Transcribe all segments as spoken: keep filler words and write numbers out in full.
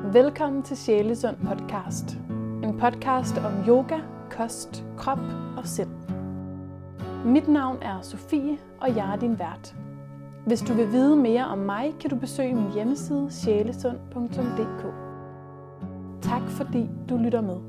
Velkommen til Sjælesund podcast. En podcast om yoga, kost, krop og sind. Mit navn er Sofie, og jeg er din vært. Hvis du vil vide mere om mig, kan du besøge min hjemmeside sjælesund punktum d k. Tak fordi du lytter med.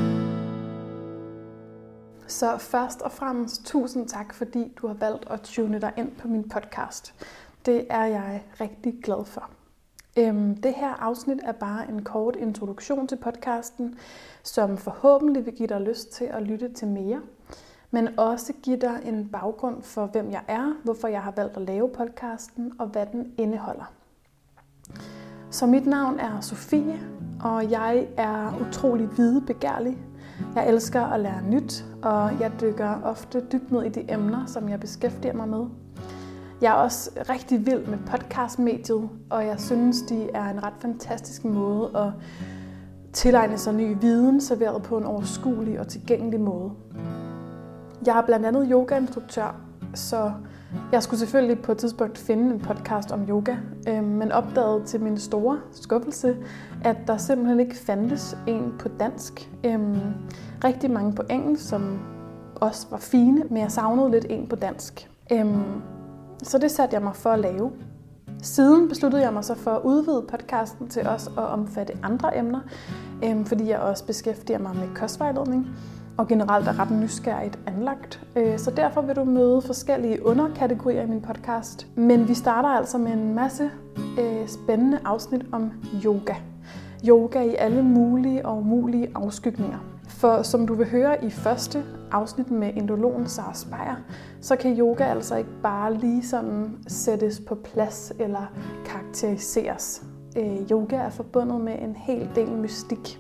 Så først og fremmest tusind tak, fordi du har valgt at tune dig ind på min podcast. Det er jeg rigtig glad for. Det her afsnit er bare en kort introduktion til podcasten, som forhåbentlig vil give dig lyst til at lytte til mere, men også give dig en baggrund for, hvem jeg er, hvorfor jeg har valgt at lave podcasten og hvad den indeholder. Så mit navn er Sofie, og jeg er utrolig videbegærlig. Jeg elsker at lære nyt, og jeg dykker ofte dybt ned i de emner, som jeg beskæftiger mig med. Jeg er også rigtig vild med podcastmediet, og jeg synes, de er en ret fantastisk måde at tilegne sig ny viden, serveret på en overskuelig og tilgængelig måde. Jeg er blandt andet yogainstruktør, så jeg skulle selvfølgelig på et tidspunkt finde en podcast om yoga, men opdagede til min store skuffelse, at der simpelthen ikke fandtes en på dansk. Rigtig mange på engelsk, som også var fine, men jeg savnede lidt en på dansk. Så det satte jeg mig for at lave. Siden besluttede jeg mig så for at udvide podcasten til også at omfatte andre emner, øhm, fordi jeg også beskæftiger mig med kostvejledning og generelt er ret nysgerrigt anlagt. Øh, så derfor vil du møde forskellige underkategorier i min podcast. Men vi starter altså med en masse øh, spændende afsnit om yoga. Yoga i alle mulige og umulige afskygninger. For som du vil høre i første afsnit med indologen Sara Speyer, så kan yoga altså ikke bare lige sådan sættes på plads eller karakteriseres. Øh, yoga er forbundet med en hel del mystik.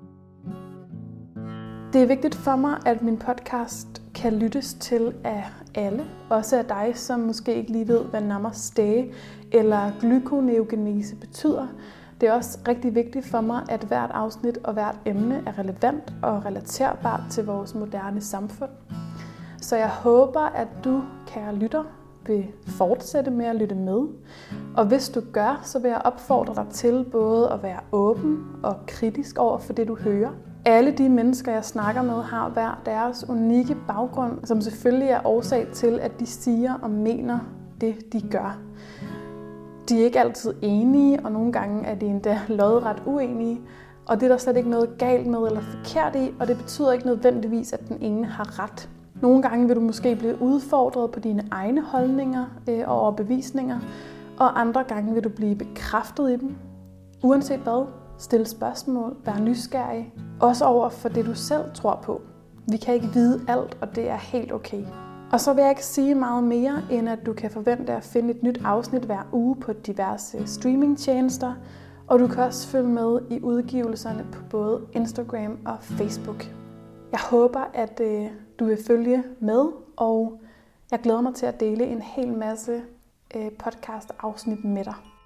Det er vigtigt for mig, at min podcast kan lyttes til af alle, også af dig, som måske ikke lige ved, hvad namaste eller glykoneogenese betyder. Det er også rigtig vigtigt for mig, at hvert afsnit og hvert emne er relevant og relaterbart til vores moderne samfund. Så jeg håber, at du, kære lytter, vil fortsætte med at lytte med. Og hvis du gør, så vil jeg opfordre dig til både at være åben og kritisk over for det, du hører. Alle de mennesker, jeg snakker med, har hver deres unikke baggrund, som selvfølgelig er årsag til, at de siger og mener det, de gør. De er ikke altid enige, og nogle gange er de endda lodret uenige. Og det er der slet ikke noget galt med eller forkert i, og det betyder ikke nødvendigvis, at den ene har ret. Nogle gange vil du måske blive udfordret på dine egne holdninger øh, og overbevisninger, og andre gange vil du blive bekræftet i dem. Uanset hvad, stille spørgsmål, vær nysgerrig, også over for det, du selv tror på. Vi kan ikke vide alt, og det er helt okay. Og så vil jeg ikke sige meget mere, end at du kan forvente at finde et nyt afsnit hver uge på diverse streamingtjenester, og du kan også følge med i udgivelserne på både Instagram og Facebook. Jeg håber, at øh, du vil følge med, og jeg glæder mig til at dele en hel masse øh, podcast-afsnit med dig.